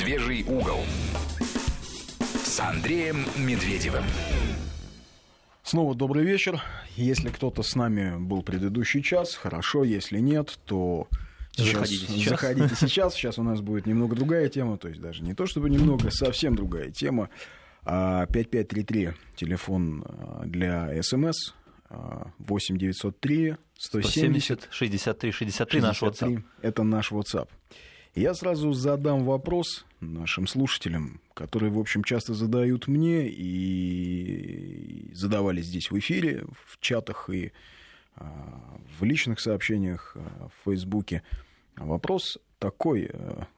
«Медвежий угол» с Андреем Медведевым. Снова добрый вечер. Если кто-то с нами был предыдущий час, хорошо. Если нет, то заходите сейчас. Сейчас у нас будет немного другая тема. То есть даже не то чтобы немного, совсем другая тема. 5533 телефон для СМС. 8 903 170 63 63 наш WhatsApp. Это наш WhatsApp. Я сразу задам вопрос нашим слушателям, которые, в общем, часто задают мне и задавали здесь в эфире, в чатах и в личных сообщениях в Фейсбуке. Вопрос такой,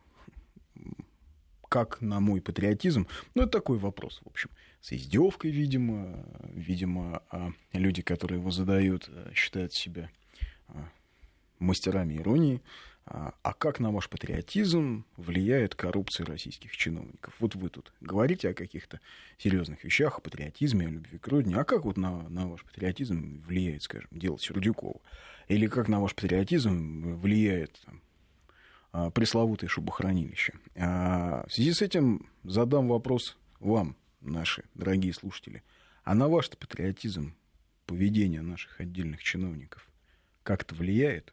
как на мой патриотизм, это такой вопрос, в общем, с издевкой, видимо, люди, которые его задают, считают себя мастерами иронии. А как на ваш патриотизм влияет коррупция российских чиновников? Вот вы тут говорите о каких-то серьезных вещах, о патриотизме, о любви к родине. А как вот на ваш патриотизм влияет, скажем, дело Сердюкова? Или как на ваш патриотизм влияет пресловутое шубохранилище? В связи с этим задам вопрос вам, наши дорогие слушатели. А на ваш патриотизм поведение наших отдельных чиновников как-то влияет?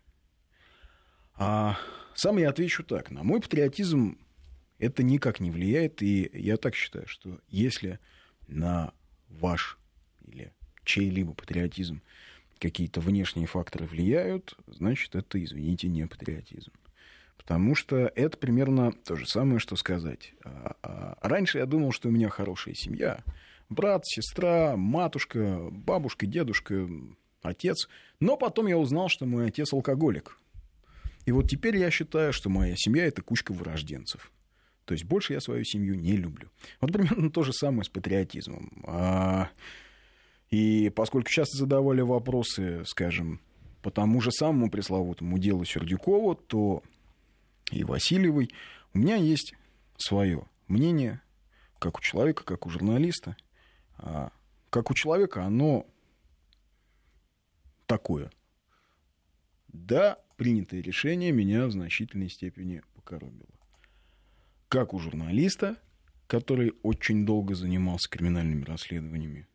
Сам я отвечу так. На мой патриотизм это никак не влияет. И я так считаю, что если на ваш или чей-либо патриотизм какие-то внешние факторы влияют, значит, это, извините, не патриотизм. Потому что это примерно то же самое, что сказать. Раньше я думал, что у меня хорошая семья. Брат, сестра, матушка, бабушка, дедушка, отец. Но потом я узнал, что мой отец алкоголик. И вот теперь я считаю, что моя семья – это кучка вырожденцев. То есть больше я свою семью не люблю. Вот примерно то же самое с патриотизмом. И поскольку часто задавали вопросы, скажем, по тому же самому пресловутому делу Сердюкова, то и Васильевой, у меня есть свое мнение, как у человека, как у журналиста. Как у человека оно такое. Да, принятое решение меня в значительной степени покоробило. Как у журналиста, который очень долго занимался криминальными расследованиями,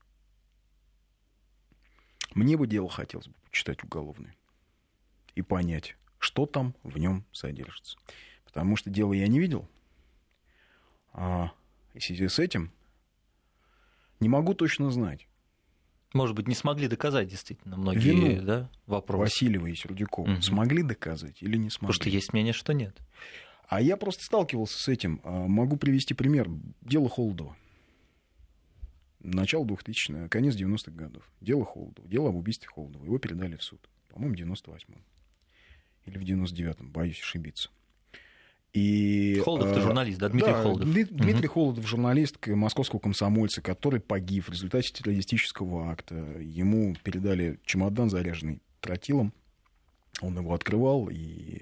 мне бы дело хотелось бы почитать уголовное и понять, что там в нем содержится. Потому что дело я не видел. В связи с этим не могу точно знать. Может быть, не смогли доказать действительно многие вину вопросы. Васильева и Сердюкова смогли доказать или не смогли? Потому что есть мнение, что нет. А я просто сталкивался с этим. Могу привести пример. Дело Холодова. Начало 2000-х, конец 90-х годов. Дело Холодова. Дело об убийстве Холодова. Его передали в суд. По-моему, в 98-м. Или в 99-м. Боюсь ошибиться. И, Холодов-то журналист, да, Дмитрий Холодов. Дмитрий Холодов, журналист московского комсомольца, который погиб в результате террористического акта. Ему передали чемодан, заряженный тротилом. Он его открывал и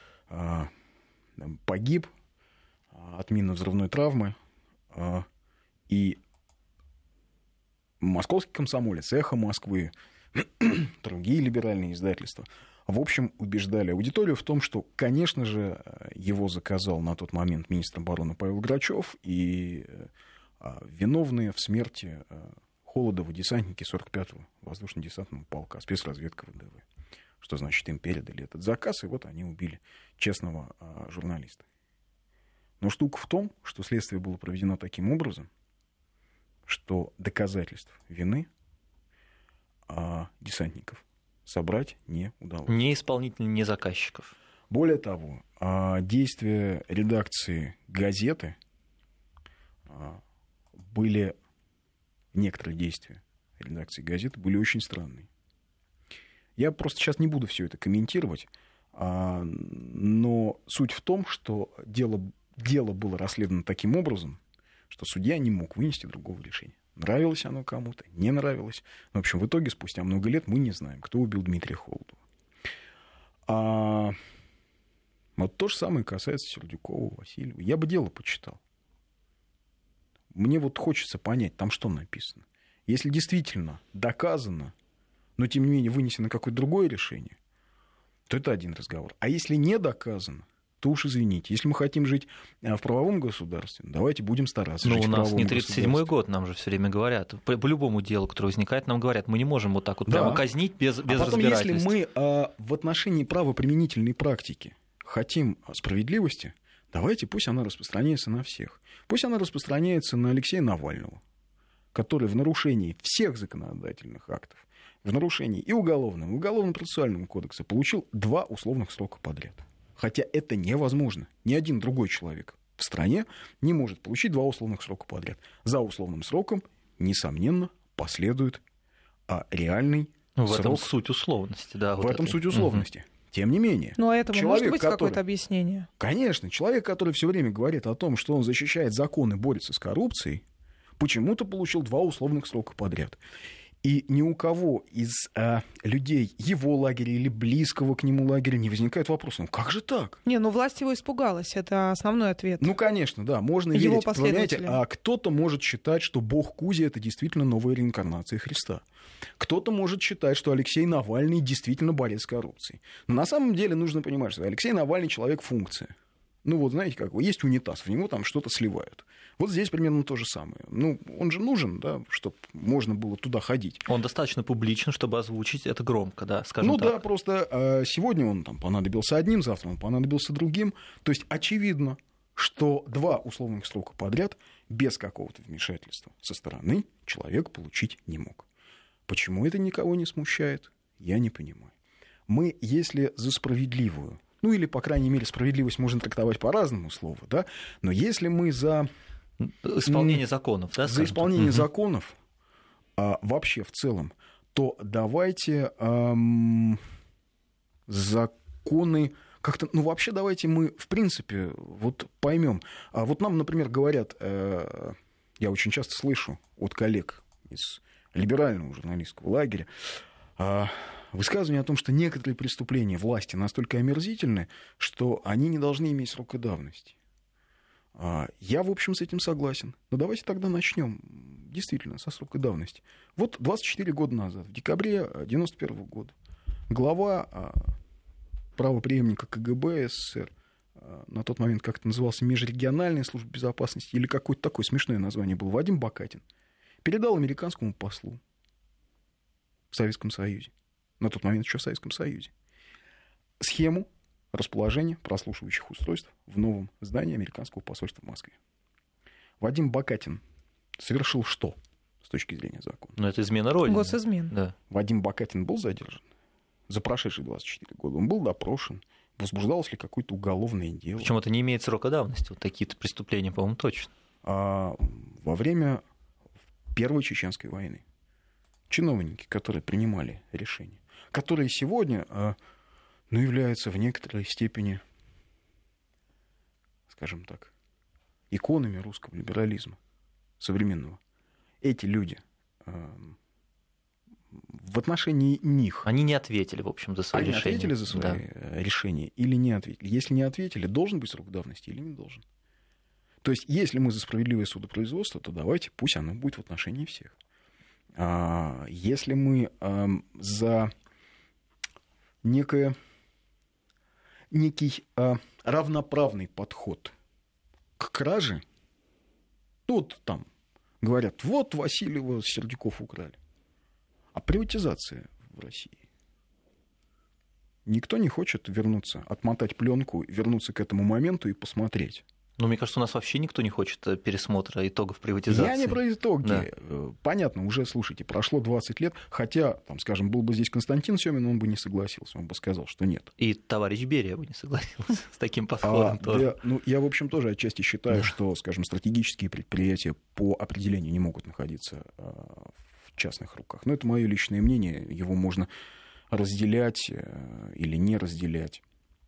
погиб от минно-взрывной травмы. И московский комсомолец, «Эхо Москвы», другие либеральные издательства, в общем, убеждали аудиторию в том, что, конечно же, его заказал на тот момент министр обороны Павел Грачев, и виновные в смерти Холодова десантники 45-го воздушно-десантного полка, спецразведка ВДВ. Что значит, им передали этот заказ, и вот они убили честного журналиста. Но штука в том, что следствие было проведено таким образом, что доказательств вины десантников собрать не удалось. Ни исполнителей, ни заказчиков. Более того, действия редакции газеты были, некоторые действия редакции газеты были очень странные. Я просто сейчас не буду все это комментировать, но суть в том, что дело было расследовано таким образом, что судья не мог вынести другого решения. Нравилось оно кому-то, не нравилось. В общем, в итоге, спустя много лет, мы не знаем, кто убил Дмитрия Холодова. Вот то же самое касается Сердюкова, Васильева. Я бы дело почитал. Мне вот хочется понять, там что написано. Если действительно доказано, но тем не менее вынесено какое-то другое решение, то это один разговор. А если не доказано, то уж извините. Если мы хотим жить в правовом государстве, давайте будем стараться жить в правовом государстве. У нас не 37-й год, нам же все время говорят. По любому делу, которое возникает, нам говорят, мы не можем вот так вот прямо казнить без разбирательств. Если мы в отношении правоприменительной практики хотим справедливости, давайте пусть она распространяется на всех. Пусть она распространяется на Алексея Навального, который в нарушении всех законодательных актов, в нарушении и уголовного, и уголовно-процессуального кодекса получил 2 условных срока подряд. Хотя это невозможно. Ни один другой человек в стране не может получить 2 условных срока подряд. За условным сроком, несомненно, последует реальный срок. В этом суть условности. Да, в этом суть условности. Тем не менее. Ну, а этому может быть какое-то объяснение? Конечно. Человек, который все время говорит о том, что он защищает закон и борется с коррупцией, почему-то получил 2 условных срока подряд. И ни у кого из людей его лагеря или близкого к нему лагеря не возникает вопроса, ну как же так? Власть его испугалась, это основной ответ. Ну, конечно, да, можно его верить. Понимаете, а кто-то может считать, что бог Кузя — это действительно новая реинкарнация Христа. Кто-то может считать, что Алексей Навальный действительно борец с коррупцией. Но на самом деле нужно понимать, что Алексей Навальный — человек-функция. Ну вот знаете, как есть унитаз, в него там что-то сливают. Вот здесь примерно то же самое. Ну, он же нужен, да, чтобы можно было туда ходить. Он достаточно публичен, чтобы озвучить это громко, да, скажем так. Ну да, просто сегодня он там понадобился одним, завтра он понадобился другим. То есть очевидно, что 2 условных срока подряд без какого-то вмешательства со стороны человек получить не мог. Почему это никого не смущает, я не понимаю. Мы, если за справедливую, ну или, по крайней мере, справедливость можно трактовать по-разному слову, да, но если мы за исполнение законов, да, за исполнение законов вообще в целом, то давайте законы как-то, ну вообще давайте мы в принципе вот поймем. Вот нам, например, говорят, я очень часто слышу от коллег из либерального журналистского лагеря высказывание о том, что некоторые преступления власти настолько омерзительны, что они не должны иметь срока давности. Я, в общем, с этим согласен. Но давайте тогда начнем действительно со срока давности. Вот 24 года назад, в декабре 1991 года, глава правопреемника КГБ СССР, на тот момент как это назывался, Межрегиональная служба безопасности, или какое-то такое смешное название было, Вадим Бакатин, передал американскому послу в Советском Союзе, на тот момент еще в Советском Союзе, схему расположения прослушивающих устройств в новом здании американского посольства в Москве. Вадим Бакатин совершил что с точки зрения закона? Ну, это измена Родины. Госизмена. Да. Вадим Бакатин был задержан за прошедшие 24 года. Он был допрошен. Возбуждалось ли какое-то уголовное дело? Причем это не имеет срока давности. Вот такие-то преступления, по-моему, точно. Во время Первой Чеченской войны чиновники, которые принимали решения, которые сегодня являются в некоторой степени, скажем так, иконами русского либерализма современного, эти люди, в отношении них... Они не ответили, в общем, за свои решения. Они ответили за свои решения или не ответили? Если не ответили, должен быть срок давности или не должен? То есть, если мы за справедливое судопроизводство, то давайте, пусть оно будет в отношении всех. Если мы за некий равноправный подход к краже, ну, вот там говорят, вот Васильева Сердюков украли. А приватизация в России. Никто не хочет вернуться, отмотать пленку, вернуться к этому моменту и посмотреть. Ну, мне кажется, у нас вообще никто не хочет пересмотра итогов приватизации. Я не про итоги. Да. Понятно, уже, слушайте, прошло 20 лет, хотя, там, скажем, был бы здесь Константин Сёмин, он бы не согласился, он бы сказал, что нет. И товарищ Берия бы не согласился с таким подходом тоже. Я, в общем, тоже отчасти считаю, что, скажем, стратегические предприятия по определению не могут находиться в частных руках. Но это мое личное мнение, его можно разделять или не разделять.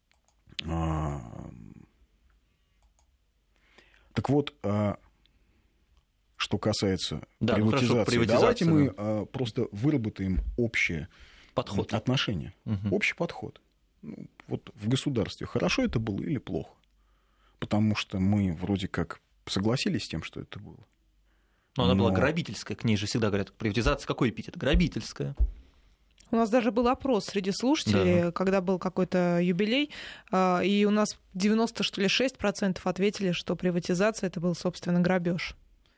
Так вот, что касается приватизации, давайте мы просто выработаем общее отношение, общий подход. Ну, вот в государстве хорошо это было или плохо? Потому что мы вроде как согласились с тем, что это было. Но она была грабительская, к ней же всегда говорят, приватизация какой эпитет? Грабительская. У нас даже был опрос среди слушателей, когда был какой-то юбилей, и у нас 96% ответили, что приватизация — это был, собственно, грабеж.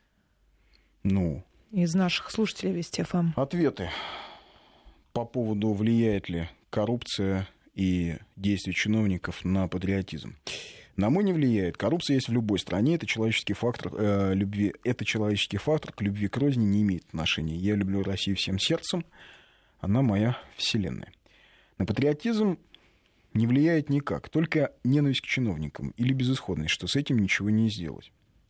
Из наших слушателей Вести ФМ. Ответы по поводу, влияет ли коррупция и действия чиновников на патриотизм. На мой не влияет. Коррупция есть в любой стране. Это человеческий фактор любви. Это человеческий фактор к любви к родине не имеет отношения. Я люблю Россию всем сердцем. Она моя вселенная. На патриотизм не влияет никак. Только ненависть к чиновникам или безысходность, что с этим ничего не сделать.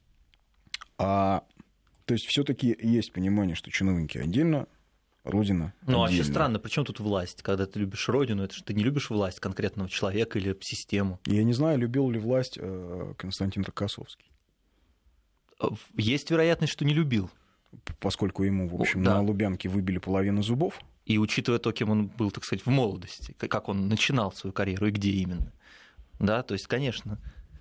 То есть все-таки есть понимание, что чиновники отдельно, родина отдельно. Вообще странно, при чем тут власть? Когда ты любишь родину, это же ты не любишь власть конкретного человека или систему. Я не знаю, любил ли власть Константин Рокоссовский. Есть вероятность, что не любил. Поскольку ему, в общем, на Лубянке выбили половину зубов. И учитывая то, кем он был, так сказать, в молодости, как он начинал свою карьеру и где именно. Да, то есть, конечно.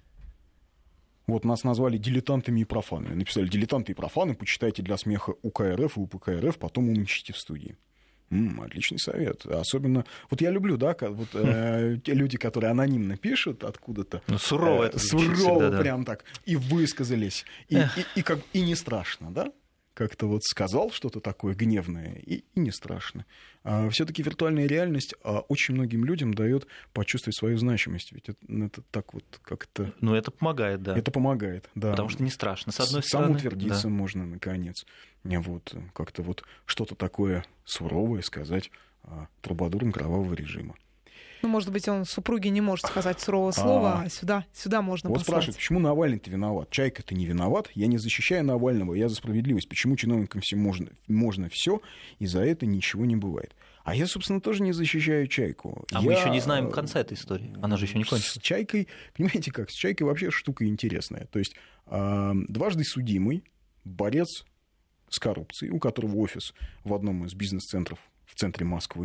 Вот нас назвали дилетантами и профанами. Написали: дилетанты и профаны, почитайте для смеха УК РФ и УПК РФ, потом умничайте в студии. Отличный совет. Особенно, вот я люблю, да, те люди, которые анонимно пишут откуда-то. Сурово это звучит. Сурово прям так. И высказались. И не страшно, да? Как-то вот сказал что-то такое гневное, и не страшно. Все-таки виртуальная реальность очень многим людям дает почувствовать свою значимость. Ведь это так вот как-то... Это помогает, да. Это помогает, да. Потому что не страшно, с одной стороны. Самоутвердиться можно, наконец. Вот, как-то вот что-то такое суровое сказать трубадурам кровавого режима. Может быть, он супруге не может сказать сурового слова, а сюда можно послать. Вот спрашивают, почему Навальный-то виноват? Чайка-то не виноват. Я не защищаю Навального, я за справедливость. Почему чиновникам всем можно все, и за это ничего не бывает? А я, собственно, тоже не защищаю Чайку. Мы еще не знаем конца этой истории. Она же еще не кончилась. С Чайкой, понимаете как, с Чайкой вообще штука интересная. То есть дважды судимый борец с коррупцией, у которого офис в одном из бизнес-центров в центре Москвы.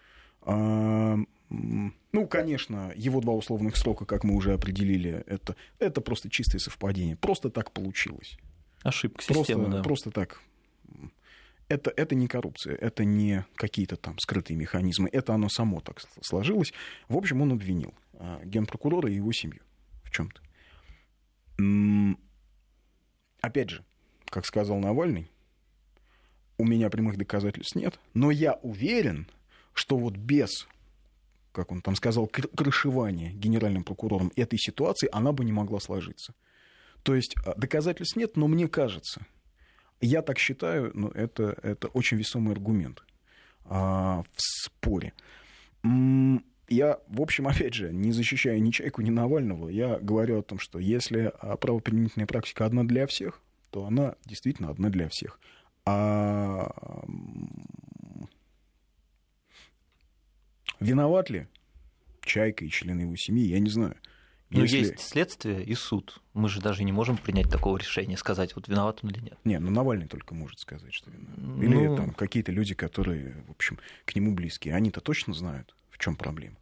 Конечно, его 2 условных срока, как мы уже определили, это просто чистое совпадение. Просто так получилось. Ошибка системы, да. Просто так. Это не коррупция, это не какие-то там скрытые механизмы. Это оно само так сложилось. В общем, он обвинил генпрокурора и его семью в чем-то. Опять же, как сказал Навальный, у меня прямых доказательств нет, но я уверен, что вот без, как он там сказал, крышевания генеральным прокурором этой ситуации она бы не могла сложиться. То есть доказательств нет, но мне кажется, я так считаю, но это очень весомый аргумент в споре. Я, в общем, опять же, не защищаю ни Чайку, ни Навального. Я говорю о том, что если правоприменительная практика одна для всех, то она действительно одна для всех. Виноват ли Чайка и члены его семьи, я не знаю. Есть следствие и суд. Мы же даже не можем принять такого решения, сказать, вот виноват он или нет. Не, Навальный только может сказать, что виноват. Или там какие-то люди, которые, в общем, к нему близкие. Они-то точно знают, в чем проблема.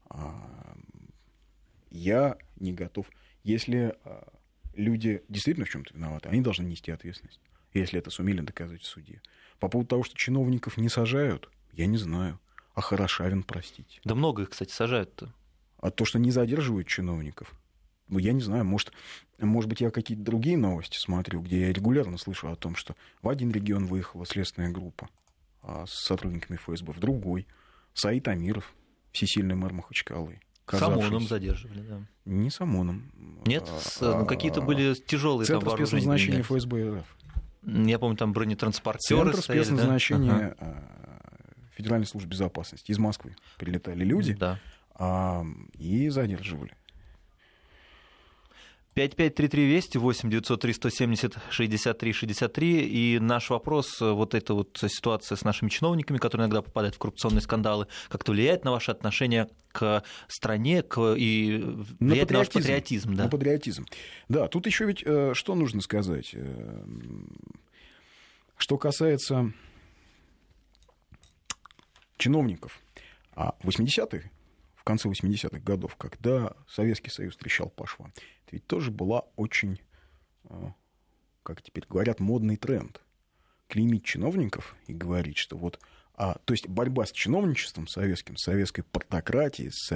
Я не готов. Если люди действительно в чем-то виноваты, они должны нести ответственность, если это сумели доказать в суде. По поводу того, что чиновников не сажают, я не знаю. А Хорошавин, простите. Да много их, кстати, сажают-то. А то, что не задерживают чиновников, я не знаю, может быть, я какие-то другие новости смотрю, где я регулярно слышу о том, что в один регион выехала следственная группа с сотрудниками ФСБ, в другой. Саид Амиров, всесильный мэр Махачкалы. С ОМОНом задерживали, да. Не с ОМОНом. Нет, какие-то были тяжелые там вооружения. Центр спецназначения ФСБ РФ. Я помню, там бронетранспортеры Центр спецназначения Федеральной службы безопасности. Из Москвы прилетали люди и задерживали. 553320 8-903-170-63-63. И наш вопрос, вот эта вот ситуация с нашими чиновниками, которые иногда попадают в коррупционные скандалы, как-то влияет на ваше отношение к стране и влияет на ваш патриотизм? Да? На патриотизм. Да, тут еще ведь что нужно сказать? Что касается чиновников, в 80-х, в конце 80-х годов, когда Советский Союз трещал по швам, это ведь тоже была очень, как теперь говорят, модный тренд. Клеймить чиновников и говорить, что вот То есть борьба с чиновничеством советским, с советской портократией, с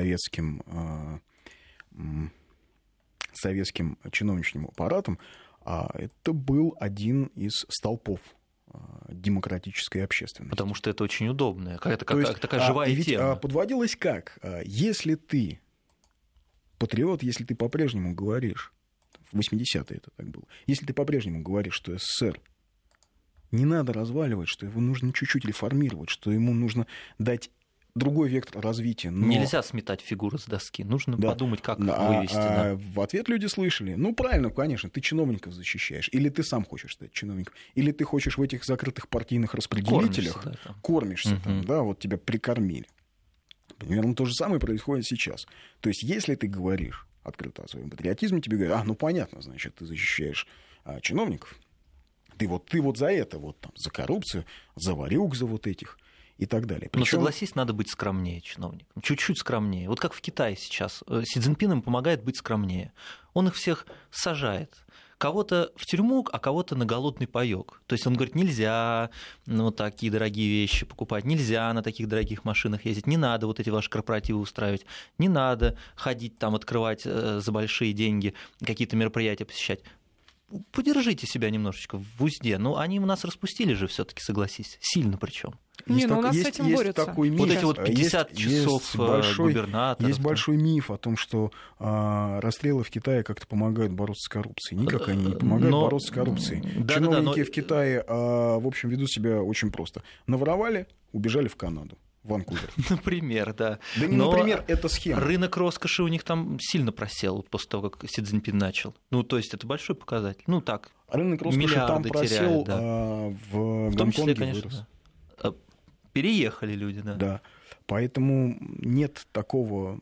советским чиновничьим аппаратом, это был один из столпов демократической общественности. Потому что это очень удобно. Это такая живая тема. Подводилось как? Если ты патриот, если ты по-прежнему говоришь, в 80-е это так было, если ты по-прежнему говоришь, что СССР не надо разваливать, что его нужно чуть-чуть реформировать, что ему нужно дать другой вектор развития. Но... Нельзя сметать фигуры с доски. Нужно подумать, как вывести. В ответ люди слышали: ну, правильно, конечно, ты чиновников защищаешь. Или ты сам хочешь стать чиновником. Или ты хочешь в этих закрытых партийных распределителях кормишься там, да, вот тебя прикормили. Примерно то же самое происходит сейчас. То есть, если ты говоришь открыто о своем патриотизме, тебе говорят: ну, понятно, значит, ты защищаешь чиновников. Ты вот за это, вот там, за коррупцию, за ворюк, за вот этих и так далее. Но согласись, надо быть скромнее чиновникам. Чуть-чуть скромнее. Вот как в Китае сейчас. Си Цзиньпин им помогает быть скромнее. Он их всех сажает. Кого-то в тюрьму, а кого-то на голодный паёк. То есть он говорит: нельзя такие дорогие вещи покупать, нельзя на таких дорогих машинах ездить, не надо вот эти ваши корпоративы устраивать, не надо ходить там, открывать за большие деньги какие-то мероприятия посещать. Подержите себя немножечко в узде. Ну, они у нас распустили же все-таки, согласись. Сильно причем. У нас с этим борются. Вот эти вот 50 часов губернатора. Есть большой миф о том, что расстрелы в Китае как-то помогают бороться с коррупцией. Никак они не помогают бороться с коррупцией. Чиновники в Китае, в общем, ведут себя очень просто. Наворовали, убежали в Канаду. Ванкувер. Например, да. Да не, например, это схема. Рынок роскоши у них там сильно просел после того, как Си Цзиньпин начал. То есть это большой показатель. Так, рынок роскоши там просел, в Гонконге вырос. Да. Переехали люди, да. Да. Поэтому нет такого...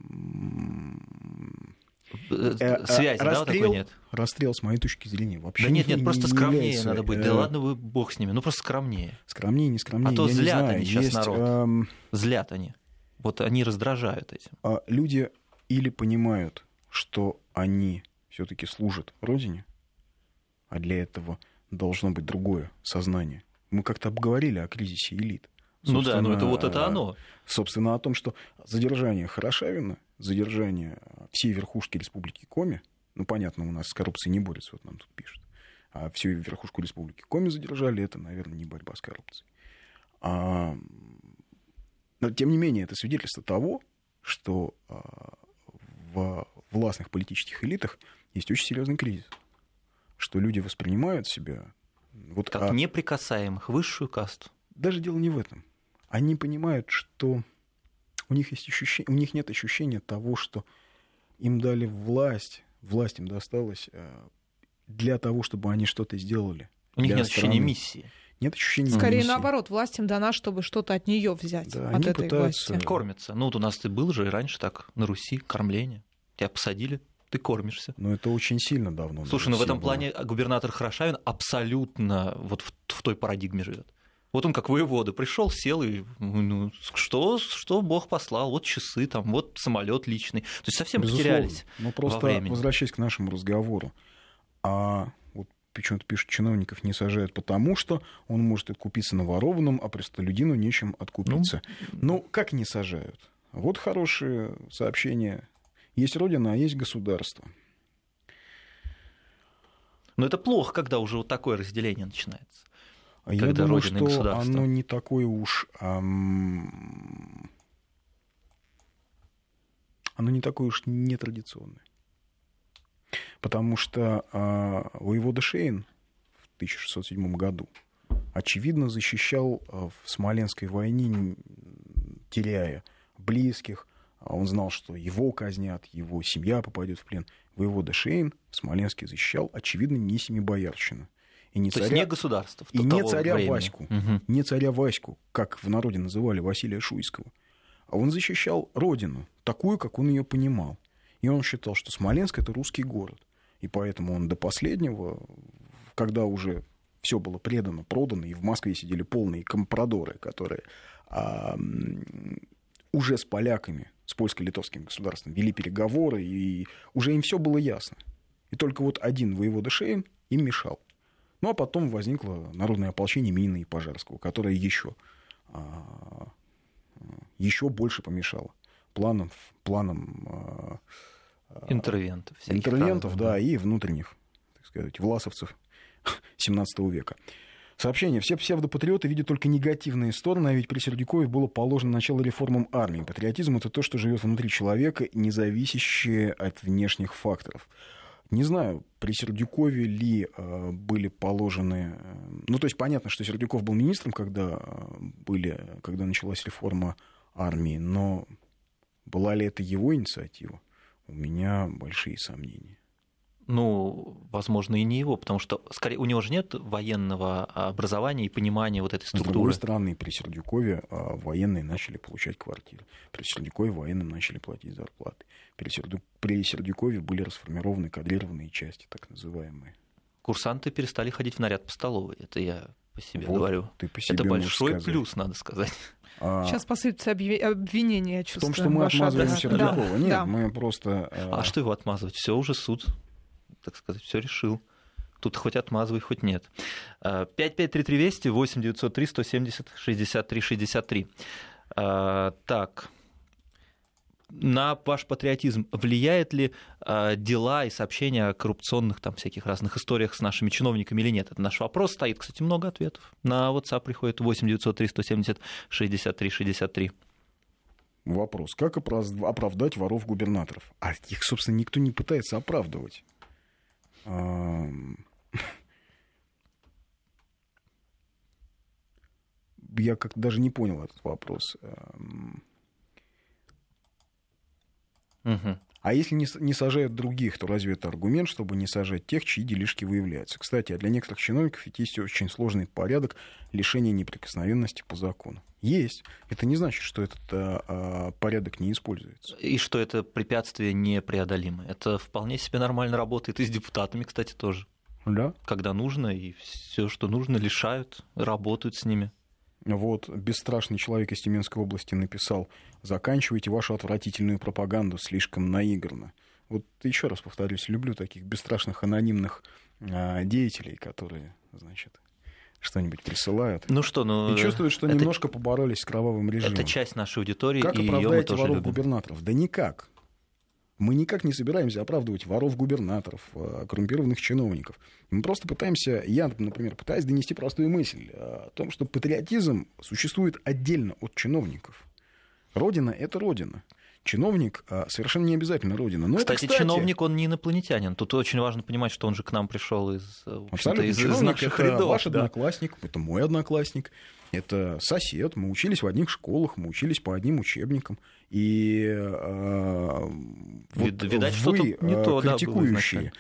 Связи, да, такой нет? Расстрел, с моей точки зрения, вообще да нет, просто скромнее является... надо быть. Да ладно вы, бог с ними, просто скромнее. Скромнее, не скромнее, а то я злят не знаю. Они сейчас народ. Злят они. Вот они раздражают этим. Люди или понимают, что они все-таки служат Родине, а для этого должно быть другое сознание. Мы как-то обговорили о кризисе элит. Это оно. Собственно, о том, что задержание Хорошавина, задержание всей верхушки Республики Коми, понятно, у нас с коррупцией не борются, вот нам тут пишут, а всю верхушку Республики Коми задержали, это, наверное, не борьба с коррупцией. Но, тем не менее, это свидетельство того, что в властных политических элитах есть очень серьезный кризис, что люди воспринимают себя... как неприкасаемых, высшую касту. Даже дело не в этом. Они понимают, что у них нет ощущения того, что им дали власть им досталась для того, чтобы они что-то сделали. У них нет ощущения миссии. Нет ощущения Скорее миссии. Наоборот, власть им дана, чтобы что-то от нее взять, да, от этой пытаются... власти. Кормятся. У нас ты был же и раньше так, на Руси, кормление. Тебя посадили, ты кормишься. Но это очень сильно давно. Слушай, в этом плане губернатор Хорошавин абсолютно вот в той парадигме живет. Вот он как воевода пришел, сел и что Бог послал, вот часы, там, вот самолет личный. То есть совсем потерялись. Просто во времени. Возвращаясь к нашему разговору, вот почему-то пишут, чиновников не сажают, потому что он может откупиться на ворованном, а простолюдину нечем откупиться. Как не сажают? Вот хорошее сообщение. Есть Родина, а есть государство. Но это плохо, когда уже вот такое разделение начинается. Я думаю, что оно не такое уж... Оно не такое уж нетрадиционное. Потому что воевода Шейн в 1607 году очевидно защищал в Смоленской войне, теряя близких. Он знал, что его казнят, его семья попадет в плен. Воевода Шейн в Смоленске защищал, очевидно, не семибоярщину. И не царя, не государство. И не царя Ваську. Не царя Ваську, как в народе называли Василия Шуйского. А он защищал родину, такую, как он ее понимал. И он считал, что Смоленск — это русский город. И поэтому он до последнего, когда уже все было предано, продано, и в Москве сидели полные компрадоры, которые уже с поляками, с польско-литовским государством вели переговоры, и уже им все было ясно. И только вот один воевода Шейн им мешал. А потом возникло народное ополчение Минина и Пожарского, которое еще еще больше помешало планам интервентов, да, и внутренних, так сказать, власовцев XVII века. Сообщение. Все псевдопатриоты видят только негативные стороны, а ведь при Сердюкове было положено начало реформам армии. Патриотизм — это то, что живет внутри человека, не зависящее от внешних факторов. Не знаю, при Сердюкове ли были положены... Ну, то есть понятно, что Сердюков был министром, когда началась реформа армии, но была ли это его инициатива? У меня большие сомнения. Ну, возможно, и не его, потому что, скорее, у него же нет военного образования и понимания вот этой структуры. С другой стороны, при Сердюкове военные начали получать квартиры. При Сердюкове военным начали платить зарплаты. При Сердюкове были расформированы кадрированные части, так называемые. Курсанты перестали ходить в наряд по столовой. Это я по себе говорю. Это большой плюс, надо сказать. Сейчас посыпятся обвинения, я чувствую. В том, что мы отмазываем Сердюкова. Да. Нет, да. Мы просто... А что его отмазывать? Все уже суд, так сказать, все решил. Тут хоть отмазывай, хоть нет. 553320 8 903 170 63 63. Так. На ваш патриотизм влияет ли дела и сообщения о коррупционных там всяких разных историях с нашими чиновниками или нет? Это наш вопрос. Стоит, кстати, много ответов. На WhatsApp приходит 8 903 170 63 63. Вопрос. Как оправдать воров-губернаторов? А их, собственно, никто не пытается оправдывать. Я как-то даже не понял этот вопрос. Угу. А если не сажают других, то разве это аргумент, чтобы не сажать тех, чьи делишки выявляются? Кстати, а для некоторых чиновников ведь есть очень сложный порядок лишения неприкосновенности по закону. Есть. Это не значит, что этот порядок не используется. И что это препятствие непреодолимое. Это вполне себе нормально работает и с депутатами, кстати, тоже. Да. Когда нужно, и все, что нужно, лишают, работают с ними. Вот бесстрашный человек из Тюменской области написал: «Заканчивайте вашу отвратительную пропаганду, слишком наигранно». Вот еще раз повторюсь, люблю таких бесстрашных анонимных деятелей, которые, значит, что-нибудь присылают. Ну что, и чувствуют, что немножко поборолись с кровавым режимом. Это часть нашей аудитории, как и ее мы тоже любим. Как воров-губернаторов? Да никак. Мы никак не собираемся оправдывать воров-губернаторов, коррумпированных чиновников. Мы просто пытаемся, я, например, пытаюсь донести простую мысль о том, что патриотизм существует отдельно от чиновников. Родина — это родина. Чиновник совершенно не обязательно родина. Но кстати, чиновник, он не инопланетянин. Тут очень важно понимать, что он же к нам пришел из наших это рядов. Ваш одноклассник, это мой одноклассник, это сосед. Мы учились в одних школах, мы учились по одним учебникам. И видать, вы, не то, критикующие,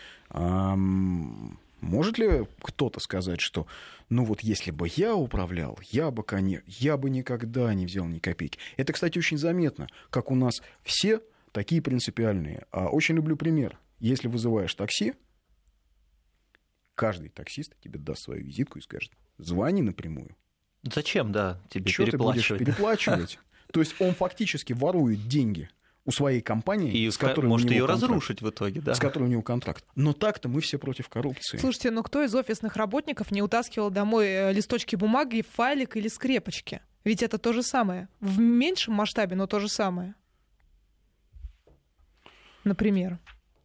может ли кто-то сказать, что ну вот если бы я управлял, я бы никогда не взял ни копейки. Это, кстати, очень заметно, как у нас все такие принципиальные. Очень люблю пример. Если вызываешь такси, каждый таксист тебе даст свою визитку и скажет: звони напрямую. Зачем, да, тебе что переплачивать? Ты будешь переплачивать? То есть он фактически ворует деньги у своей компании, и с которой может у него ее разрушить в итоге, да. С которой у него контракт. Но так-то мы все против коррупции. Слушайте, но кто из офисных работников не утаскивал домой листочки бумаги, файлик или скрепочки? Ведь это то же самое. В меньшем масштабе, но то же самое. Например.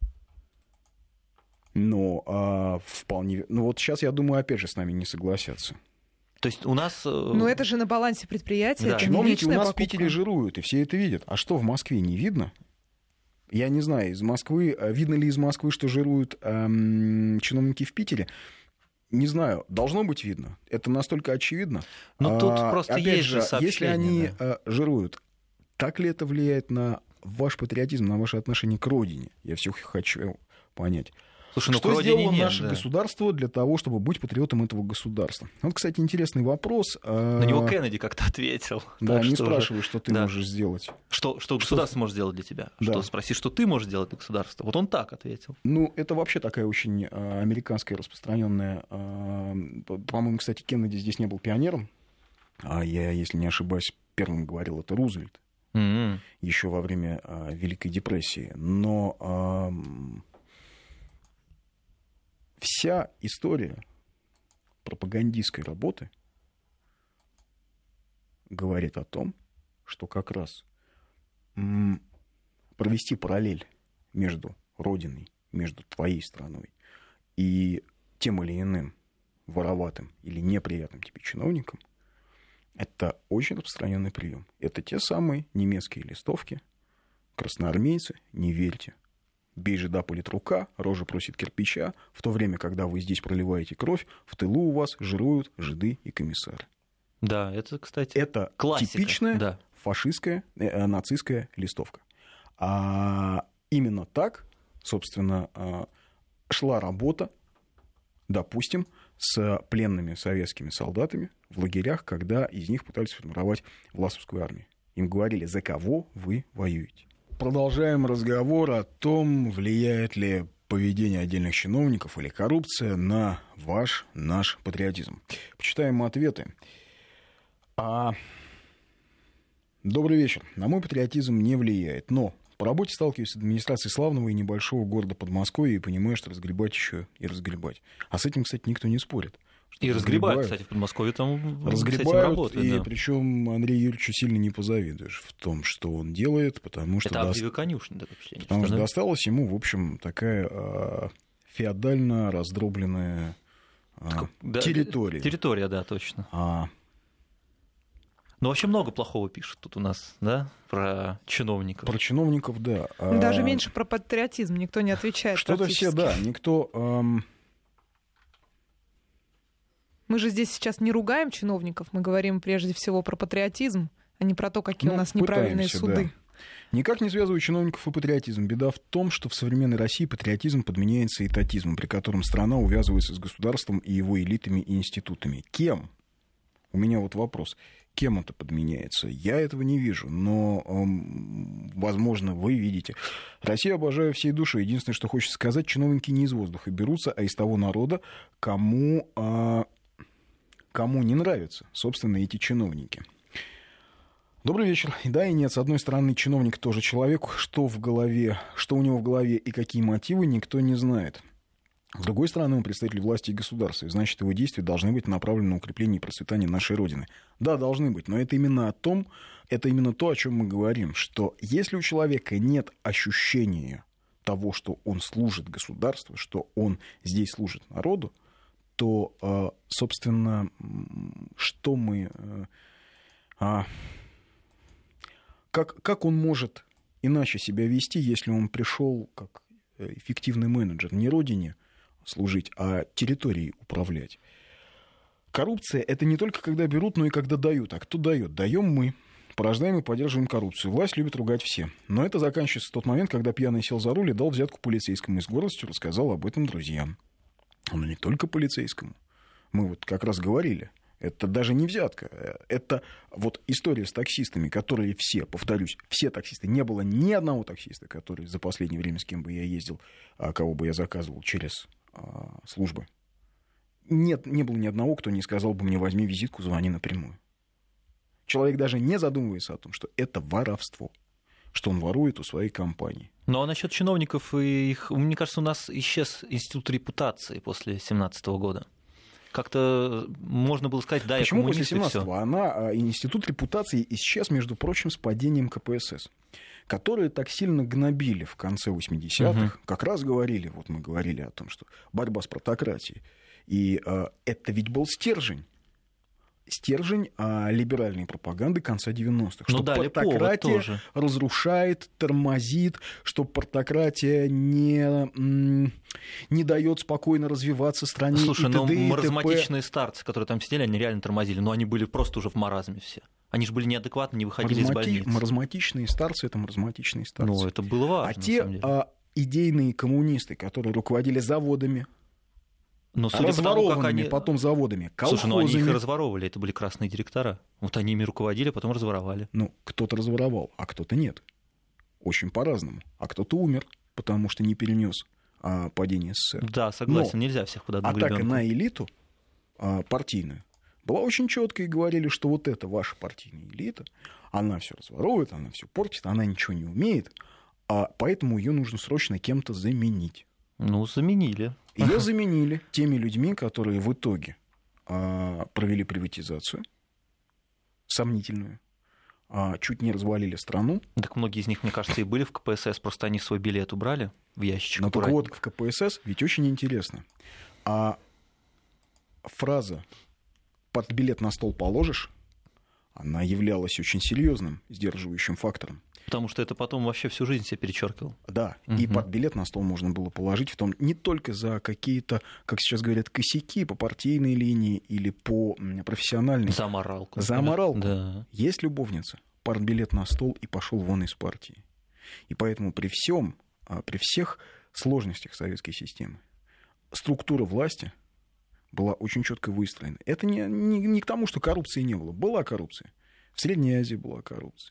Но вполне... Ну вот сейчас, я думаю, опять же с нами не согласятся. То есть у нас... Но это же на балансе предприятия, да. Это чиновники у нас покупка. В Питере жируют, и все это видят. А что в Москве не видно? Я не знаю, из Москвы, видно ли из Москвы, что жируют чиновники в Питере? Не знаю, должно быть видно. Это настолько очевидно. Ну тут просто опять есть же сообщения. Если они жируют, так ли это влияет на ваш патриотизм, на ваше отношение к родине? Я все хочу понять. Слушай, что сделало наше государство для того, чтобы быть патриотом этого государства? Вот, кстати, интересный вопрос. На него Кеннеди как-то ответил. Да, не спрашивай, что ты можешь сделать. Что государство может сделать для тебя? Да. Что спроси, что ты можешь сделать для государства? Вот он так ответил. Ну, это вообще такая очень американская распространенная... По-моему, кстати, Кеннеди здесь не был пионером. А я, если не ошибаюсь, первым говорил это Рузвельт. Еще во время Великой депрессии. Но... Вся история пропагандистской работы говорит о том, что как раз провести параллель между Родиной, между твоей страной и тем или иным вороватым или неприятным тебе чиновником, это очень распространенный прием. Это те самые немецкие листовки. Красноармейцы, не верьте. Бей жида, политрука, рожа просит кирпича. В то время, когда вы здесь проливаете кровь, в тылу у вас жируют жиды и комиссары. Да, это, кстати, это классика. Типичная фашистская, нацистская листовка. Именно так, собственно, шла работа, допустим, с пленными советскими солдатами в лагерях, когда из них пытались сформировать власовскую армию. Им говорили, за кого вы воюете. Продолжаем разговор о том, влияет ли поведение отдельных чиновников или коррупция на наш патриотизм. Почитаем ответы. Добрый вечер. На мой патриотизм не влияет, но по работе сталкиваюсь с администрацией славного и небольшого города Подмосковья и понимаю, что разгребать еще и разгребать. А с этим, кстати, никто не спорит. И разгребают, кстати, в Подмосковье там разгребают, работают, и да. Причем Андрею Юрьевичу сильно не позавидуешь в том, что он делает, потому что... Это обдивы конюшни, такое впечатление. Потому что досталась ему, в общем, такая феодально раздробленная территория. Территория, да, точно. Но вообще много плохого пишут тут у нас, да, про чиновников. Про чиновников, да. Даже меньше про патриотизм никто не отвечает. Что-то все, да, никто... Мы же здесь сейчас не ругаем чиновников, мы говорим прежде всего про патриотизм, а не про то, какие у нас неправильные суды. Да. Никак не связываю чиновников и патриотизм. Беда в том, что в современной России патриотизм подменяется этатизмом, при котором страна увязывается с государством и его элитами и институтами. Кем? У меня вот вопрос. Кем это подменяется? Я этого не вижу, но, возможно, вы видите. Россию обожаю всей душой. Единственное, что хочется сказать, чиновники не из воздуха берутся, а из того народа, кому не нравятся, собственно, эти чиновники. Добрый вечер. Да и нет, с одной стороны, чиновник тоже человек, что у него в голове и какие мотивы, никто не знает. С другой стороны, он представитель власти и государства, и значит, его действия должны быть направлены на укрепление и процветание нашей Родины. Да, должны быть, но это именно то, о чем мы говорим, что если у человека нет ощущения того, что он служит государству, что он здесь служит народу, то, собственно, что мы... Как он может иначе себя вести, если он пришел как эффективный менеджер не родине служить, а территорией управлять? Коррупция — это не только когда берут, но и когда дают. А кто дает? Даем мы. Порождаем и поддерживаем коррупцию. Власть любит ругать все. Но это заканчивается в тот момент, когда пьяный сел за руль и дал взятку полицейскому и с гордостью рассказал об этом друзьям. Но не только полицейскому. Мы вот как раз говорили. Это даже не взятка. Это вот история с таксистами, которые все, повторюсь, все таксисты. Не было ни одного таксиста, который за последнее время, с кем бы я ездил, кого бы я заказывал через службы. Нет, не было ни одного, кто не сказал бы мне: возьми визитку, звони напрямую. Человек даже не задумывается о том, что это воровство, что он ворует у своей компании. Ну а насчет чиновников и их, мне кажется, у нас исчез институт репутации после 2017 года. Как-то можно было сказать, да, почему я коммунист, после 17-го? Институт репутации исчез, между прочим, с падением КПСС, которые так сильно гнобили в конце 80-х. Как раз говорили, вот мы говорили о том, что борьба с протократией. И это ведь был стержень либеральной пропаганды конца 90-х. Что партократия разрушает, тормозит, что партократия не дает спокойно развиваться стране. Слушай, но маразматичные старцы, которые там сидели, они реально тормозили, но они были просто уже в маразме все. Они же были неадекватны, не выходили из больницы. Маразматичные старцы — это маразматичные старцы. Ну, это было важно, а те идейные коммунисты, которые руководили заводами, разворованными потом заводами, колхозами. Слушай, ну они их и разворовывали, это были красные директора. Вот они ими руководили, потом разворовали. Ну, кто-то разворовал, а кто-то нет. Очень по-разному. А кто-то умер, потому что не перенес падение СССР. Да, согласен, нельзя всех под одну гребенку. Атака на элиту партийную была очень четкой, и говорили, что вот это ваша партийная элита, она все разворовывает, она все портит, она ничего не умеет, поэтому ее нужно срочно кем-то заменить. Ну, заменили. Ее заменили теми людьми, которые в итоге провели приватизацию, сомнительную, чуть не развалили страну. Так многие из них, мне кажется, и были в КПСС, просто они свой билет убрали в ящичек. Но так вот, в КПСС ведь очень интересно. Фраза «под билет на стол положишь», она являлась очень серьезным сдерживающим фактором. Потому что это потом вообще всю жизнь себя перечеркивал. Да, и под билет на стол можно было положить, в том не только за какие-то, как сейчас говорят, косяки по партийной линии или по профессиональной. За моралку. За моралку. Да. Есть любовница, партбилет на стол и пошел вон из партии. И поэтому при всех сложностях советской системы структура власти была очень четко выстроена. Это не к тому, что коррупции не было. Была коррупция. В Средней Азии была коррупция.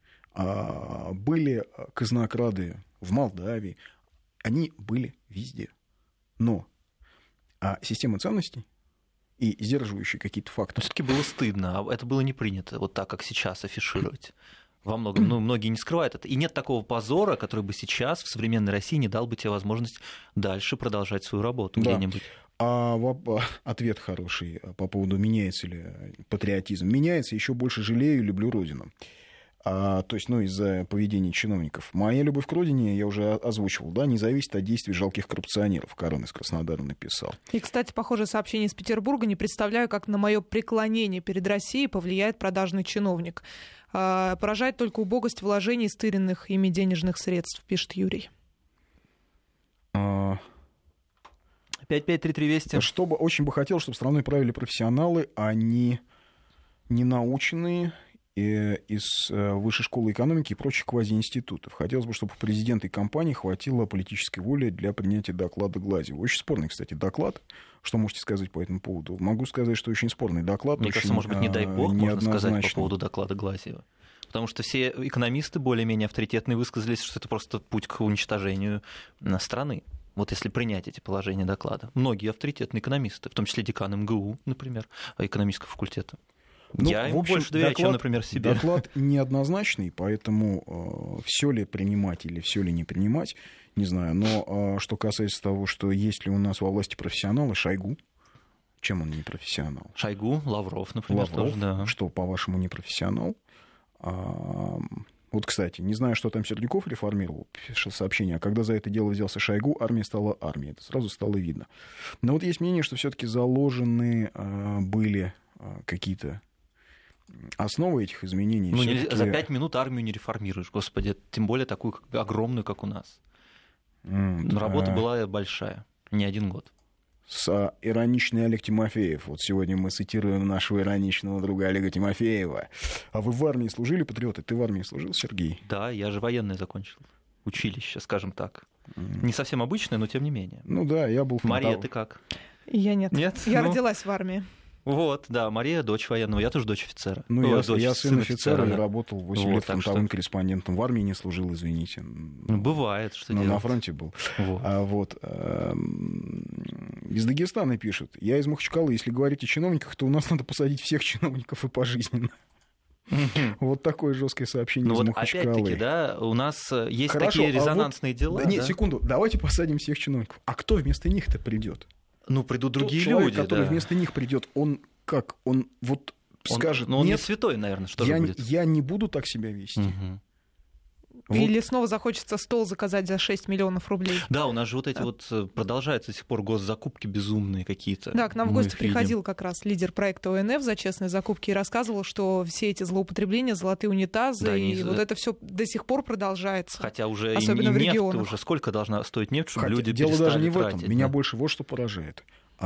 Были казнокрады в Молдавии. Они были везде. Но система ценностей и сдерживающие какие-то факторы. Все-таки было стыдно, а это было не принято вот так, как сейчас, афишировать. Во многом, многие не скрывают это. И нет такого позора, который бы сейчас в современной России не дал бы тебе возможность дальше продолжать свою работу где-нибудь. Ответ хороший по поводу, меняется ли патриотизм. Меняется, еще больше жалею и люблю Родину. То есть, из-за поведения чиновников. Моя любовь к родине, я уже озвучивал, не зависит от действий жалких коррупционеров. Карен из Краснодара написал. И, кстати, похожее сообщение из Петербурга. Не представляю, как на мое преклонение перед Россией повлияет продажный чиновник. Поражает только убогость вложений стыренных ими денежных средств, пишет Юрий. 553320. Очень бы хотел, чтобы страной правили профессионалы, а не наученные из Высшей школы экономики и прочих квазиинститутов. Хотелось бы, чтобы у президента и компании хватило политической воли для принятия доклада Глазьева. Очень спорный, кстати, доклад. Что можете сказать по этому поводу? Могу сказать, что очень спорный доклад. Мне кажется, может быть, не дай бог, можно сказать по поводу доклада Глазьева. Потому что все экономисты более-менее авторитетные высказались, что это просто путь к уничтожению страны. Вот если принять эти положения доклада. Многие авторитетные экономисты, в том числе декан МГУ, например, экономического факультета. Я ему больше доверяю, чем, например, себе. Доклад неоднозначный, поэтому все ли принимать или все ли не принимать, не знаю. Но что касается того, что есть ли у нас во власти профессионалы, Шойгу, чем он не профессионал? Шойгу, Лавров, например, тоже, да. Что, по-вашему, не профессионал? Вот, кстати, не знаю, что там Сердюков реформировал, пишет сообщение, а когда за это дело взялся Шойгу, армия стала армией. Это сразу стало видно. Но вот есть мнение, что все-таки заложены были какие-то основы этих изменений. За 5 минут армию не реформируешь, господи, тем более такую огромную, как у нас. Но работа была большая, не 1 год. Ироничный Олег Тимофеев. Вот сегодня мы цитируем нашего ироничного друга Олега Тимофеева. А вы в армии служили, патриоты? Ты в армии служил, Сергей? Да, я же военное закончил. Училище, скажем так. Не совсем обычное, но тем не менее. Да, я был фронтовым. Мария, ты как? Я нет. Я родилась в армии. Вот, да, Мария дочь военного, я тоже дочь офицера. Я сын офицера и работал 8 лет фронтовым корреспондентом. В армии не служил, извините. Бывает, что делать. На фронте был. Из Дагестана пишут. Я из Махачкалы. Если говорить о чиновниках, то у нас надо посадить всех чиновников и пожизненно. Вот такое жесткое сообщение из Махачкалы. Опять-таки, да, у нас есть такие резонансные дела. Нет, секунду, давайте посадим всех чиновников. А кто вместо них-то придет? Придут другие человек, люди, который вместо них придет, он скажет, он нет, не святой, наверное, что же будет? Я не буду так себя вести. Или снова захочется стол заказать за 6 миллионов рублей. Да, у нас же продолжаются до сих пор госзакупки безумные какие-то. Да, к нам в гости приходил как раз лидер проекта ОНФ за честные закупки и рассказывал, что все эти злоупотребления, золотые унитазы, это все до сих пор продолжается. Хотя уже особенно и в нефть, регионах. уже сколько должна стоить нефть, чтобы люди дело перестали даже не тратить. в этом. Меня больше вот что поражает.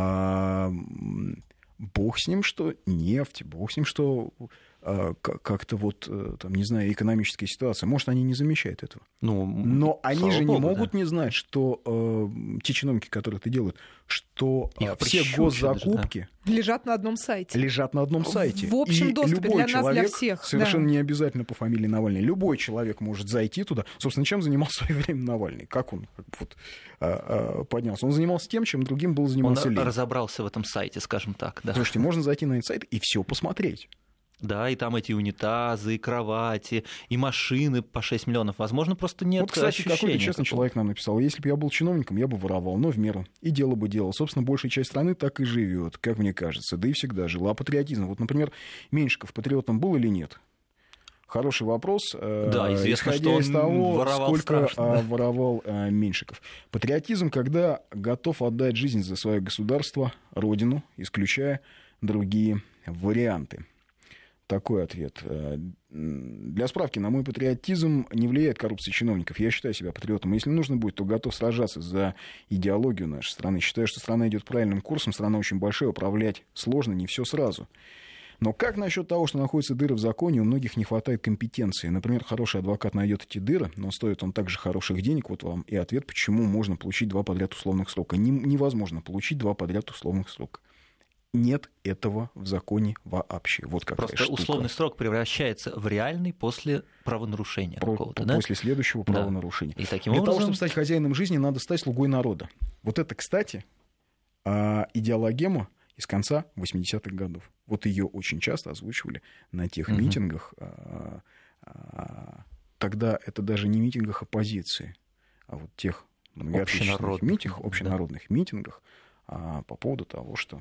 Бог с ним, что нефть, бог с ним, что как-то не знаю, экономическая ситуация. Может, они не замечают этого. Но они же не могут не знать, что те чиновники, которые это делают, что все госзакупки лежат на одном сайте. В общем доступе любой для нас, для всех. Совершенно не обязательно по фамилии Навальный. Любой человек может зайти туда. Собственно, чем занимался в свое время Навальный? Как он поднялся? Он занимался тем, чем другим был занимался Ленин. Он разобрался в этом сайте, скажем так. Да. Слушайте, можно зайти на этот сайт и все посмотреть. Да, и там эти унитазы, и кровати, и машины по 6 миллионов. Возможно, просто нет вот, кстати, ощущения. Какой-то честный человек нам написал: если бы я был чиновником, я бы воровал, но в меру. И дело бы делал. Собственно, большая часть страны так и живет, как мне кажется. Да и всегда жила. А патриотизм? Вот, например, Меньшиков патриотом был или нет? Хороший вопрос. Да, известно, что он из того, воровал сколько страшно. воровал Меньшиков. Патриотизм, когда готов отдать жизнь за свое государство, родину, исключая другие варианты. Такой ответ. Для справки, на мой патриотизм не влияет коррупция чиновников. Я считаю себя патриотом. Если нужно будет, то готов сражаться за идеологию нашей страны. Считаю, что страна идет правильным курсом. Страна очень большая, управлять сложно, не все сразу. Но как насчет того, что находятся дыры в законе, у многих не хватает компетенции. Например, хороший адвокат найдет эти дыры, но стоит он также хороших денег. Вот вам и ответ, почему можно получить 2 подряд условных срока. Невозможно получить 2 подряд условных срока. Нет этого в законе вообще. Вот какая Просто штука. Условный срок превращается в реальный после правонарушения какого-то, да? После следующего правонарушения. И таким Для образом... того, чтобы стать хозяином жизни, надо стать слугой народа. Вот это, кстати, идеологема из конца 80-х годов. Вот ее очень часто озвучивали на тех митингах, когда это даже не митингах оппозиции, а вот тех общенародных митингах по поводу того, что...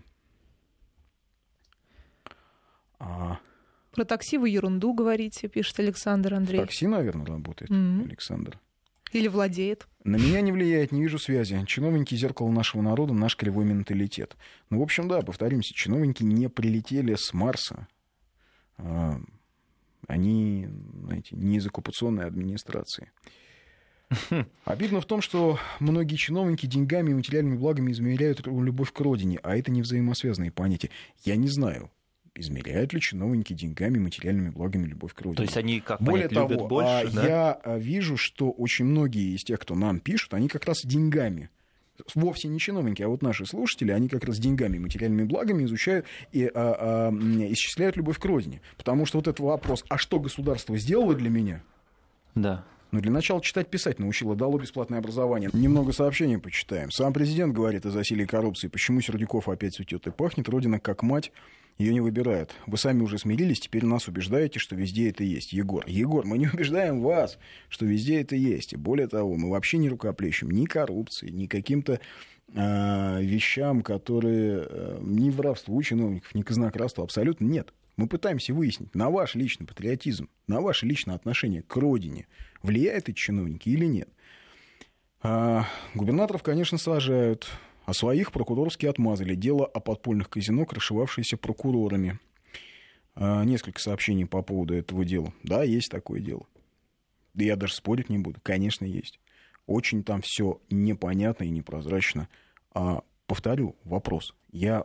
Про такси вы ерунду говорите, пишет Александр Андрей. Такси, наверное, работает, Александр. Или владеет. На меня не влияет, не вижу связи. Чиновники — зеркало нашего народа, наш кривой менталитет. Ну, в общем, да, повторимся, чиновники не прилетели с Марса. Они, знаете, не из оккупационной администрации. Обидно в том, что многие чиновники деньгами и материальными благами измеряют любовь к родине, а это не взаимосвязанные понятия. Я не знаю, измеряют ли чиновники деньгами, материальными благами любовь к родине. То есть они, как Более понять, любят того, больше, да? Я вижу, что очень многие из тех, кто нам пишут, они как раз деньгами, вовсе не чиновники, а вот наши слушатели, они как раз деньгами, материальными благами изучают и исчисляют любовь к родине. Потому что вот этот вопрос: а что государство сделало для меня? Да. Ну, для начала читать, писать научило, дало бесплатное образование. Немного сообщений почитаем. Сам президент говорит о засилии коррупции. Почему Сердюков опять цветет и пахнет? Родина как мать, ее не выбирает. Вы сами уже смирились, теперь нас убеждаете, что везде это есть. Егор, мы не убеждаем вас, что везде это есть. И более того, мы вообще не рукоплещем ни коррупции, ни каким-то вещам, которые ни воровству чиновников, ни казнократству абсолютно нет. Мы пытаемся выяснить, на ваш личный патриотизм, на ваше личное отношение к родине влияют эти чиновники или нет. Губернаторов, конечно, сажают, а своих прокурорски отмазали. Дело о подпольных казино, крышевавшееся прокурорами. Несколько сообщений по поводу этого дела. Да, есть такое дело. Да я даже спорить не буду. Конечно, есть. Очень там все непонятно и непрозрачно. Повторю вопрос.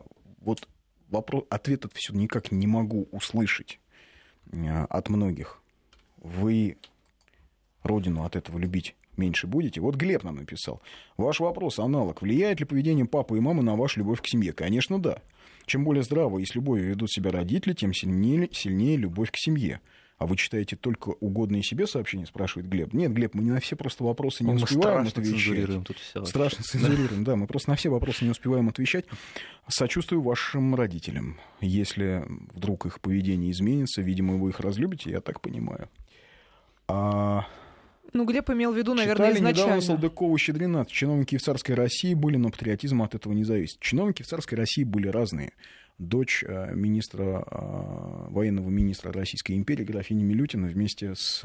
Ответ от всего никак не могу услышать от многих. Вы родину от этого любить меньше будете? Вот Глеб нам написал. Ваш вопрос, аналог. Влияет ли поведение папы и мамы на вашу любовь к семье? Конечно, да. Чем более здраво и с любовью ведут себя родители, тем сильнее любовь к семье. А вы читаете только угодные себе сообщения, спрашивает Глеб. Нет, Глеб, мы не на все просто вопросы не успеваем отвечать. Страшно цензурируем, да. Мы просто на все вопросы не успеваем отвечать. Сочувствую вашим родителям. Если вдруг их поведение изменится, видимо, вы их разлюбите, я так понимаю. Глеб имел в виду, наверное, изначально. Читали недавно Салтыкова-Щедрина. Чиновники в царской России были, но патриотизм от этого не зависит. Чиновники в царской России были разные. Дочь военного министра Российской империи, графиня Милютина, вместе с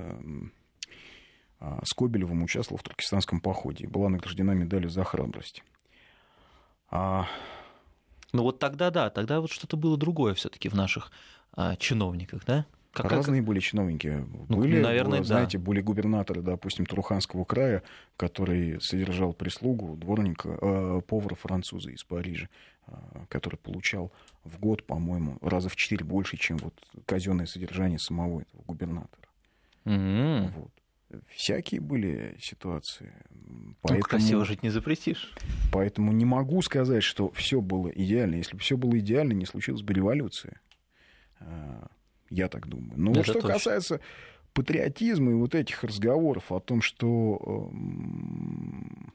Скобелевым участвовала в туркестанском походе и была награждена медалью за храбрость. Тогда вот что-то было другое все-таки в наших чиновниках, да? Разные были чиновники. Были губернаторы, допустим, Туруханского края, который содержал прислугу, дворника, повара-француза из Парижа, который получал в год, по-моему, раза в 4 больше, чем казенное содержание самого этого губернатора. Вот. Всякие были ситуации. Красиво жить не запретишь. Поэтому не могу сказать, что все было идеально. Если бы все было идеально, не случилась бы революция. Я так думаю. Но что касается патриотизма и вот этих разговоров о том, что...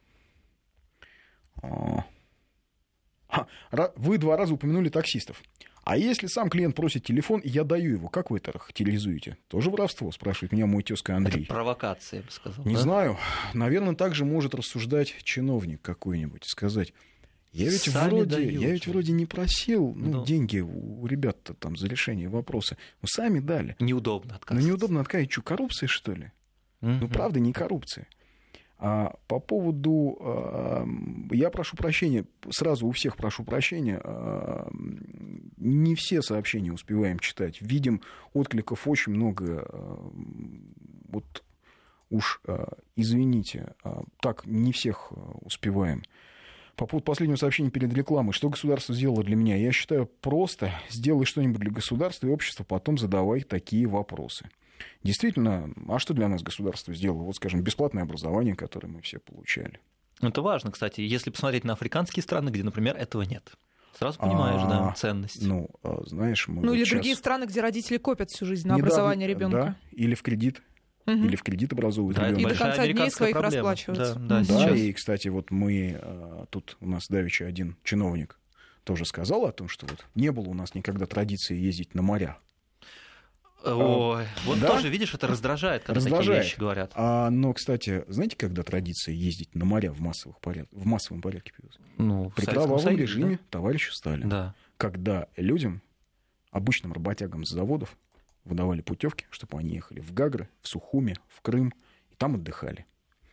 Вы 2 раза упомянули таксистов. А если сам клиент просит телефон, я даю его, как вы это характеризуете? Тоже воровство, спрашивает меня мой тезка Андрей. Это провокация, я бы сказал. Не знаю. Наверное, так же может рассуждать чиновник какой-нибудь. Сказать, я ведь вроде не просил деньги у ребят там за решение вопроса. Сами дали. Неудобно отказываться. Неудобно отказывать. Что, коррупция, что ли? Правда, не коррупция. А по поводу... Я прошу прощения, сразу у всех прошу прощения. Не все сообщения успеваем читать. Видим откликов очень много. Вот уж извините, так не всех успеваем. По поводу последнего сообщения перед рекламой. Что государство сделало для меня? Я считаю, просто сделай что-нибудь для государства и общества, потом задавай такие вопросы. Действительно, а что для нас государство сделало? Вот, скажем, бесплатное образование, которое мы все получали. Это важно, кстати. Если посмотреть на африканские страны, где, например, этого нет. Сразу понимаешь, ценность. Знаешь, мы или другие страны, где родители копят всю жизнь на образование ребенка. Да, или в кредит. Или в кредит образовывают ребенка. И до конца дней своих проблема. расплачиваются. Да, и, кстати, вот мы... Тут у нас давеча один чиновник тоже сказал о том, что вот не было у нас никогда традиции ездить на моря. Ой, вот тоже, видишь, это раздражает, когда такие вещи говорят. Но, кстати, знаете, когда традиция ездить на моря в массовом порядке появилась? При кровавом режиме товарища Сталина. Да. Когда людям, обычным работягам с заводов, выдавали путевки, чтобы они ехали в Гагры, в Сухуми, в Крым, и там отдыхали.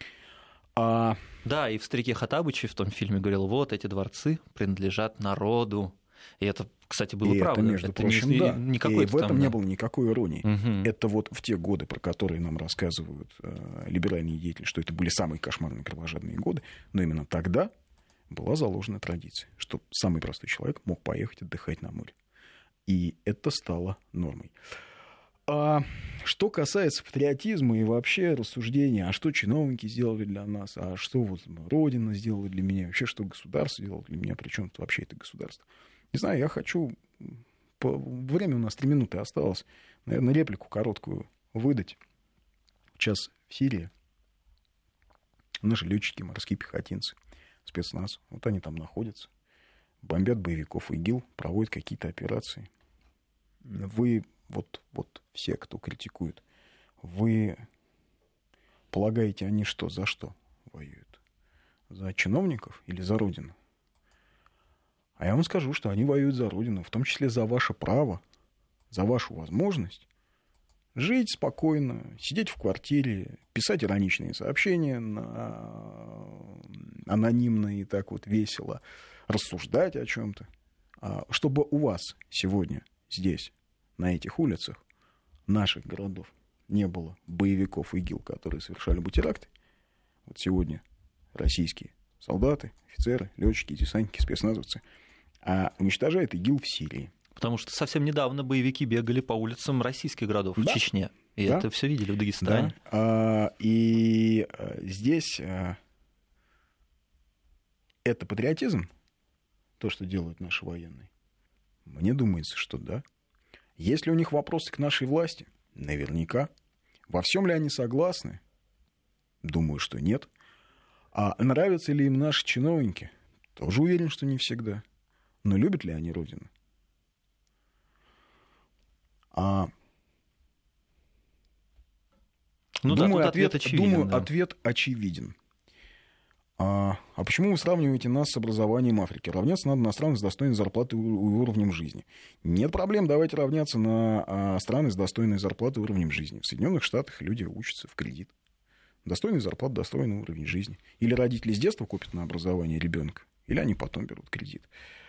Да, и в «Старике Хоттабыче» в том фильме говорил, вот эти дворцы принадлежат народу. И это, кстати, было правда. Это, между прочим, да. И в этом не было никакой иронии. Это вот в те годы, про которые нам рассказывают либеральные деятели, что это были самые кошмарные кровожадные годы, но именно тогда была заложена традиция, что самый простой человек мог поехать отдыхать на море. И это стало нормой. Что касается патриотизма и вообще рассуждения, а что чиновники сделали для нас, а что вот Родина сделала для меня, вообще что государство сделало для меня, причем тут вообще это государство. Не знаю, я хочу... Время у нас 3 минуты осталось. Наверное, реплику короткую выдать. Сейчас в Сирии наши летчики, морские пехотинцы, спецназ, вот они там находятся, бомбят боевиков ИГИЛ, проводят какие-то операции. Вы, вот все, кто критикует, вы полагаете, они что, за что воюют? За чиновников или за Родину? А я вам скажу, что они воюют за Родину, в том числе за ваше право, за вашу возможность жить спокойно, сидеть в квартире, писать ироничные сообщения анонимно и так вот весело, рассуждать о чем-то. Чтобы у вас сегодня здесь, на этих улицах наших городов, не было боевиков ИГИЛ, которые совершали бы теракты. Вот сегодня российские солдаты, офицеры, летчики, десантники, спецназовцы уничтожают ИГИЛ в Сирии. Потому что совсем недавно боевики бегали по улицам российских городов в Чечне. И это все видели в Дагестане. Да. И здесь это патриотизм, то, что делают наши военные? Мне думается, что да. Есть ли у них вопросы к нашей власти? Наверняка. Во всем ли они согласны? Думаю, что нет. А нравятся ли им наши чиновники? Тоже уверен, что не всегда. Но любят ли они Родину? Думаю, ответ очевиден. А почему вы сравниваете нас с образованием Африки? Равняться надо на страны с достойной зарплатой и уровнем жизни. Нет проблем, давайте равняться на страны с достойной зарплатой и уровнем жизни. В Соединенных Штатах люди учатся в кредит. Достойный зарплат, достойный уровень жизни. Или родители с детства копят на образование ребенка, или они потом берут кредит.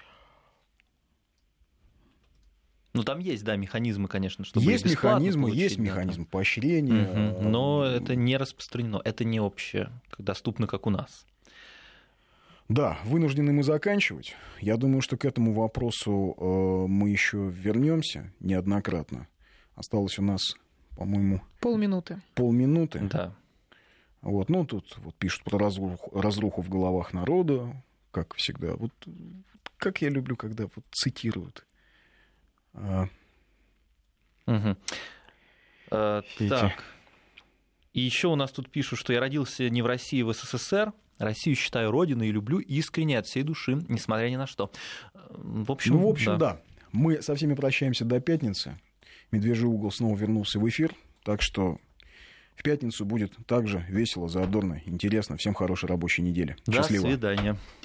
Ну, там есть, да, механизмы, конечно, чтобы есть механизмы, получить, есть механизм поощрения. Но это не распространено, это не общее, доступно, как у нас. Да, вынуждены мы заканчивать. Я думаю, что к этому вопросу мы еще вернемся неоднократно. Осталось у нас, по-моему... Полминуты. Да. Вот, ну, тут вот пишут про разруху в головах народа, как всегда. Вот как я люблю, когда вот цитируют. Так. И еще у нас тут пишут, что я родился не в России, в СССР. Россию считаю родиной и люблю искренне от всей души, несмотря ни на что. В общем, да. Мы со всеми прощаемся до пятницы. «Медвежий угол» снова вернулся в эфир. Так что в пятницу будет также весело, задорно, интересно. Всем хорошей рабочей недели. Счастливо. До свидания.